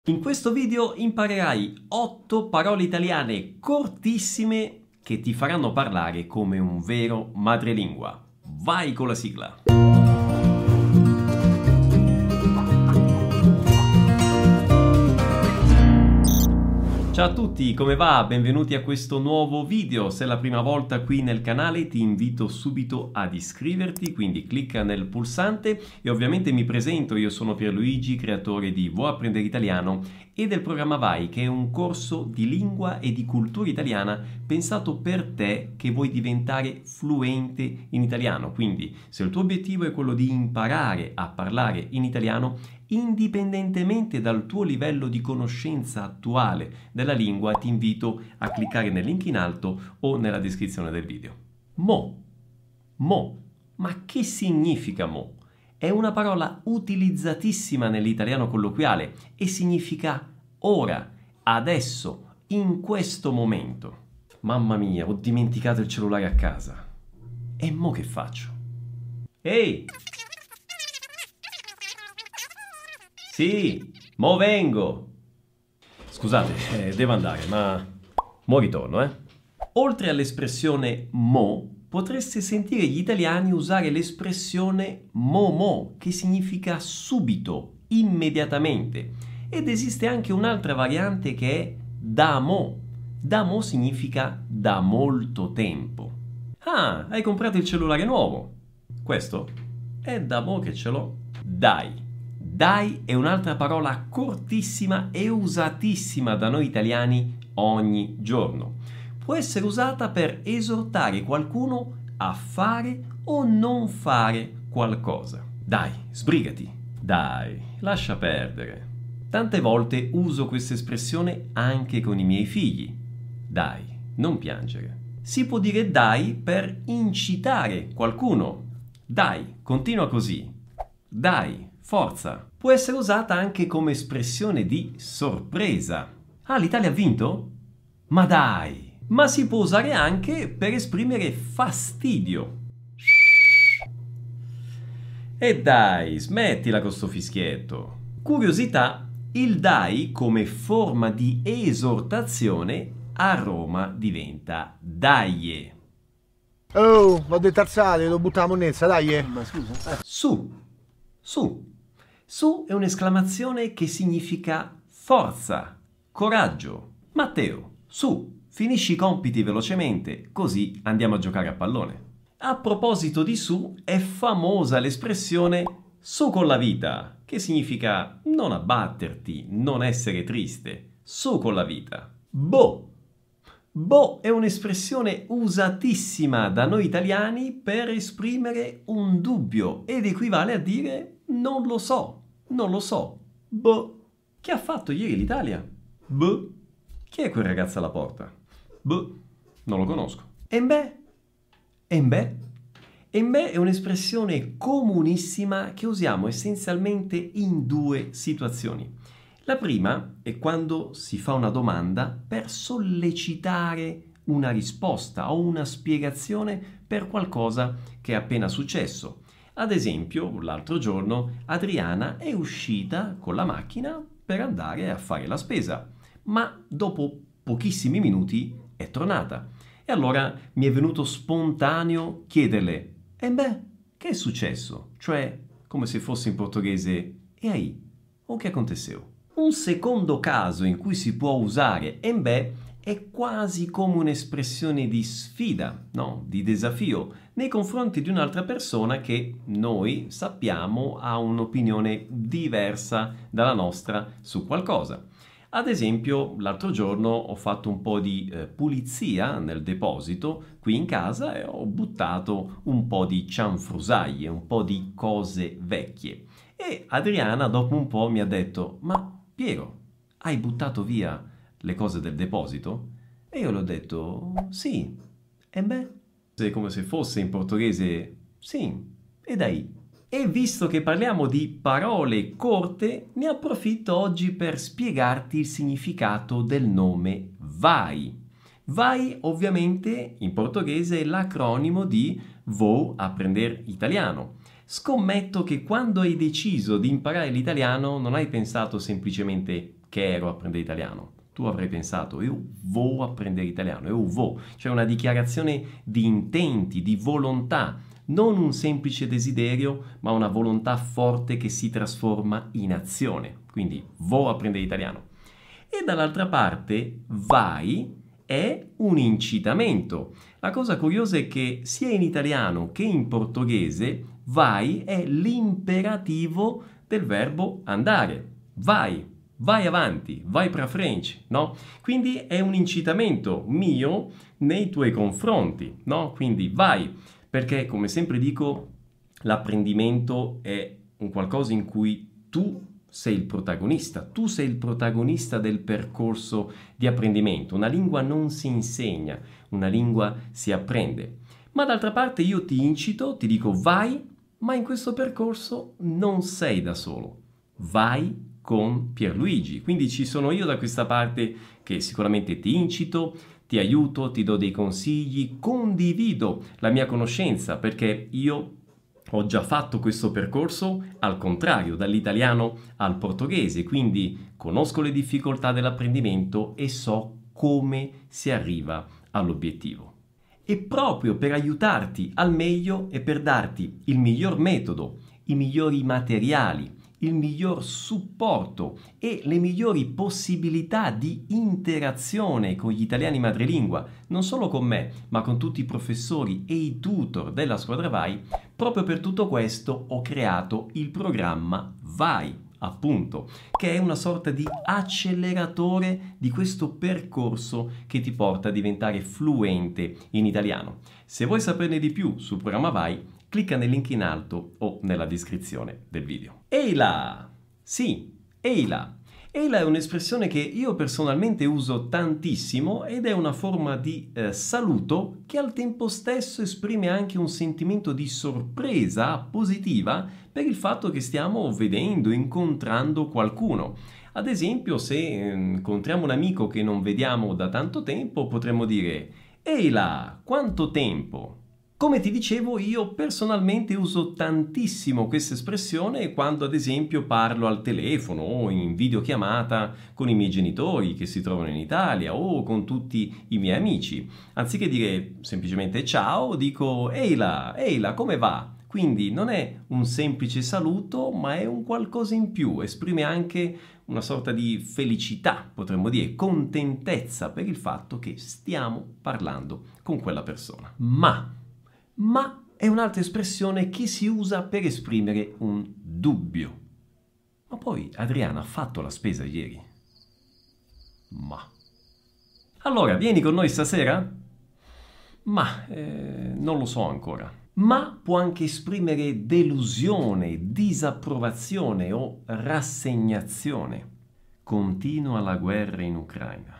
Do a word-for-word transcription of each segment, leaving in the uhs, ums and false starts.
In questo video imparerai otto parole italiane cortissime che ti faranno parlare come un vero madrelingua. Vai con la sigla! Ciao a tutti, come va? Benvenuti a questo nuovo video. Se è la prima volta qui nel canale ti invito subito ad iscriverti, quindi clicca nel pulsante e ovviamente mi presento, io sono Pierluigi, creatore di Vuoi apprendere italiano e del programma Vai, che è un corso di lingua e di cultura italiana pensato per te che vuoi diventare fluente in italiano. Quindi se il tuo obiettivo è quello di imparare a parlare in italiano, indipendentemente dal tuo livello di conoscenza attuale della lingua, ti invito a cliccare nel link in alto o nella descrizione del video. Mo. Mo. Ma che significa mo? È una parola utilizzatissima nell'italiano colloquiale e significa ora, adesso, in questo momento. Mamma mia, ho dimenticato il cellulare a casa. E mo che faccio? Ehi! Sì, mo vengo! Scusate, eh, devo andare, ma mo ritorno, eh? Oltre all'espressione mo, potreste sentire gli italiani usare l'espressione mo mo, che significa subito, immediatamente. Ed esiste anche un'altra variante che è da mo. Da mo significa da molto tempo. Ah, hai comprato il cellulare nuovo? Questo? È da mo che ce l'ho. Dai! Dai è un'altra parola cortissima e usatissima da noi italiani ogni giorno. Può essere usata per esortare qualcuno a fare o non fare qualcosa. Dai, sbrigati. Dai, lascia perdere. Tante volte uso questa espressione anche con i miei figli. Dai, non piangere. Si può dire dai per incitare qualcuno. Dai, continua così. Dai, forza. Può essere usata anche come espressione di sorpresa. Ah, l'Italia ha vinto? Ma dai! Ma si può usare anche per esprimere fastidio. E dai, smettila con sto fischietto. Curiosità, il dai come forma di esortazione a Roma diventa daie. Oh, l'ho detto alzate, lo butta la monnezza, dai! Eh. Ma scusa? Su, su. Su è un'esclamazione che significa forza, coraggio. Matteo, su, finisci i compiti velocemente, così andiamo a giocare a pallone. A proposito di su, è famosa l'espressione su con la vita, che significa non abbatterti, non essere triste. Su con la vita. Boh. Boh è un'espressione usatissima da noi italiani per esprimere un dubbio ed equivale a dire non lo so. Non lo so. Boh. Che ha fatto ieri l'Italia? Boh. Chi è quel ragazzo alla porta? Boh. Non lo conosco. Embè? Embè? Embè è un'espressione comunissima che usiamo essenzialmente in due situazioni. La prima è quando si fa una domanda per sollecitare una risposta o una spiegazione per qualcosa che è appena successo. Ad esempio, l'altro giorno Adriana è uscita con la macchina per andare a fare la spesa, ma dopo pochissimi minuti è tornata. E allora mi è venuto spontaneo chiederle: e beh, che è successo? Cioè, come se fosse in portoghese, e aí? O che aconteceu? Un secondo caso in cui si può usare e beh è quasi come un'espressione di sfida, no? Di desafio, nei confronti di un'altra persona che noi sappiamo ha un'opinione diversa dalla nostra su qualcosa. Ad esempio, l'altro giorno ho fatto un po' di eh, pulizia nel deposito qui in casa e ho buttato un po' di cianfrusaglie, un po' di cose vecchie. E Adriana dopo un po' mi ha detto: ma Piero, hai buttato via le cose del deposito? E io le ho detto: sì. E beh, è come se fosse in portoghese sì, e dai. E visto che parliamo di parole corte, ne approfitto oggi per spiegarti il significato del nome Vai. Vai ovviamente in portoghese è l'acronimo di Vou aprender italiano. Scommetto che quando hai deciso di imparare l'italiano non hai pensato semplicemente che ero a prendere italiano. Tu avrai pensato, io vo a prendere italiano, io vo, cioè una dichiarazione di intenti, di volontà, non un semplice desiderio, ma una volontà forte che si trasforma in azione. Quindi vo a prendere italiano. E dall'altra parte, vai è un incitamento. La cosa curiosa è che sia in italiano che in portoghese, vai è l'imperativo del verbo andare. Vai. Vai avanti, vai pra frente, no? Quindi è un incitamento mio nei tuoi confronti, no? Quindi vai, perché come sempre dico, l'apprendimento è un qualcosa in cui tu sei il protagonista, tu sei il protagonista del percorso di apprendimento. Una lingua non si insegna, una lingua si apprende. Ma d'altra parte io ti incito, ti dico vai, ma in questo percorso non sei da solo. Vai con Pierluigi, quindi ci sono io da questa parte che sicuramente ti incito, ti aiuto, ti do dei consigli, condivido la mia conoscenza perché io ho già fatto questo percorso al contrario, dall'italiano al portoghese, quindi conosco le difficoltà dell'apprendimento e so come si arriva all'obiettivo. E proprio per aiutarti al meglio e per darti il miglior metodo, i migliori materiali, il miglior supporto e le migliori possibilità di interazione con gli italiani madrelingua, non solo con me, ma con tutti i professori e i tutor della squadra Vai, proprio per tutto questo ho creato il programma Vai, appunto, che è una sorta di acceleratore di questo percorso che ti porta a diventare fluente in italiano. Se vuoi saperne di più sul programma Vai, clicca nel link in alto o nella descrizione del video. Ehi là! Sì, ehi là! Ehi là è un'espressione che io personalmente uso tantissimo ed è una forma di eh, saluto che al tempo stesso esprime anche un sentimento di sorpresa positiva per il fatto che stiamo vedendo, incontrando qualcuno. Ad esempio, se eh, incontriamo un amico che non vediamo da tanto tempo, potremmo dire «Ehi là, quanto tempo!» Come ti dicevo, io personalmente uso tantissimo questa espressione quando ad esempio parlo al telefono o in videochiamata con i miei genitori che si trovano in Italia o con tutti i miei amici. Anziché dire semplicemente ciao, dico ehi là, ehi là, come va? Quindi non è un semplice saluto, ma è un qualcosa in più, esprime anche una sorta di felicità, potremmo dire, contentezza per il fatto che stiamo parlando con quella persona. Ma Ma è un'altra espressione che si usa per esprimere un dubbio. Ma poi Adriana ha fatto la spesa ieri? Ma. Allora, vieni con noi stasera? Ma, eh, non lo so ancora. Ma può anche esprimere delusione, disapprovazione o rassegnazione. Continua la guerra in Ucraina.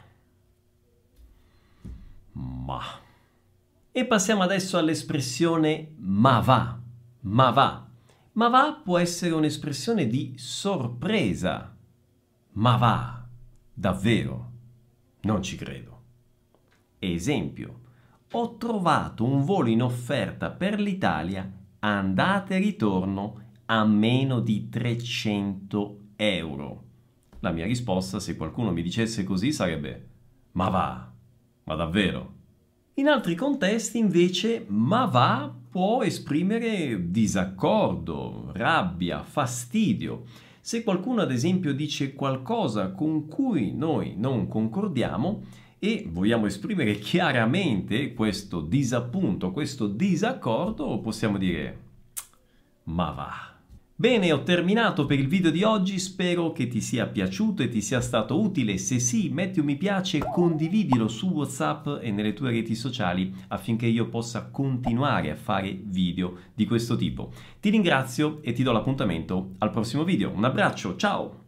Ma. E passiamo adesso all'espressione ma va, ma va. Ma va può essere un'espressione di sorpresa. Ma va, davvero? Non ci credo. Esempio, ho trovato un volo in offerta per l'Italia, andata e ritorno, a meno di trecento euro. La mia risposta, se qualcuno mi dicesse così, sarebbe ma va, ma davvero? In altri contesti, invece, ma va può esprimere disaccordo, rabbia, fastidio. Se qualcuno, ad esempio, dice qualcosa con cui noi non concordiamo e vogliamo esprimere chiaramente questo disappunto, questo disaccordo, possiamo dire ma va. Bene, ho terminato per il video di oggi, spero che ti sia piaciuto e ti sia stato utile. Se sì, metti un mi piace e condividilo su WhatsApp e nelle tue reti sociali affinché io possa continuare a fare video di questo tipo. Ti ringrazio e ti do l'appuntamento al prossimo video. Un abbraccio, ciao!